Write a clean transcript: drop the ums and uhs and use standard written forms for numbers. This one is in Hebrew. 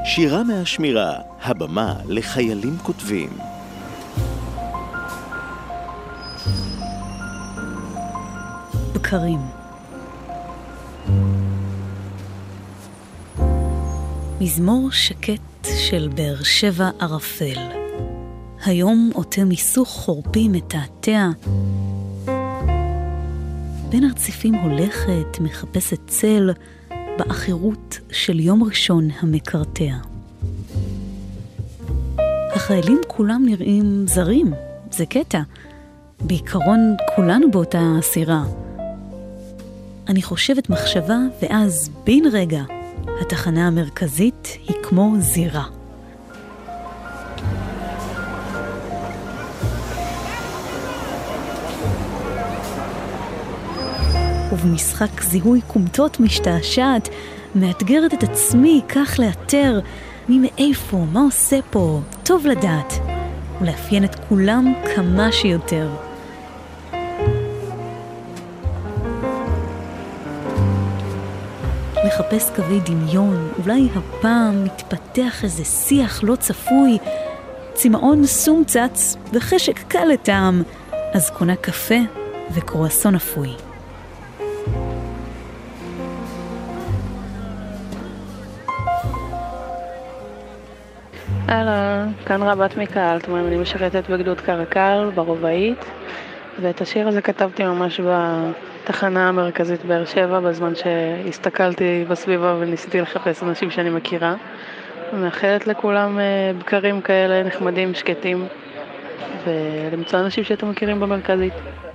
שירה מהשמירה, הבמה לחיילים כותבים. בקרים. מזמור שקט של באר שבע ערפל. היום עוטה מיסוך חורפי מתעתע. בין הרציפים הולכת, מחפשת צל, באחירות של יום ראשון המקרטע. החיילים כולם נראים זרים, זה קטע. בעיקרון כולנו באותה סירה. אני חושבת מחשבה, ואז בין רגע, התחנה המרכזית היא כמו זירה. ובמשחק זיהוי קומטות משתעשעת, מאתגרת את עצמי כך לאתר מי מאיפה, מה עושה פה, טוב לדעת, ולאפיין את כולם כמה שיותר. מחפש קווי דמיון, אולי הפעם מתפתח איזה שיח לא צפוי, צמאון סום צץ וחשק קל לטעם, אז קונה קפה וקרואסון אפוי. אהלן, כאן רבת מיקה אלטמן, אני משרתת בגדוד קרקל ברובעית, ואת השיר הזה כתבתי ממש בתחנה המרכזית באר שבע, בזמן שהסתכלתי בסביבה וניסיתי לחפש אנשים שאני מכירה. ומאחלת לכולם בקרים כאלה נחמדים, שקטים, ולמצוא אנשים שאתם מכירים במרכזית.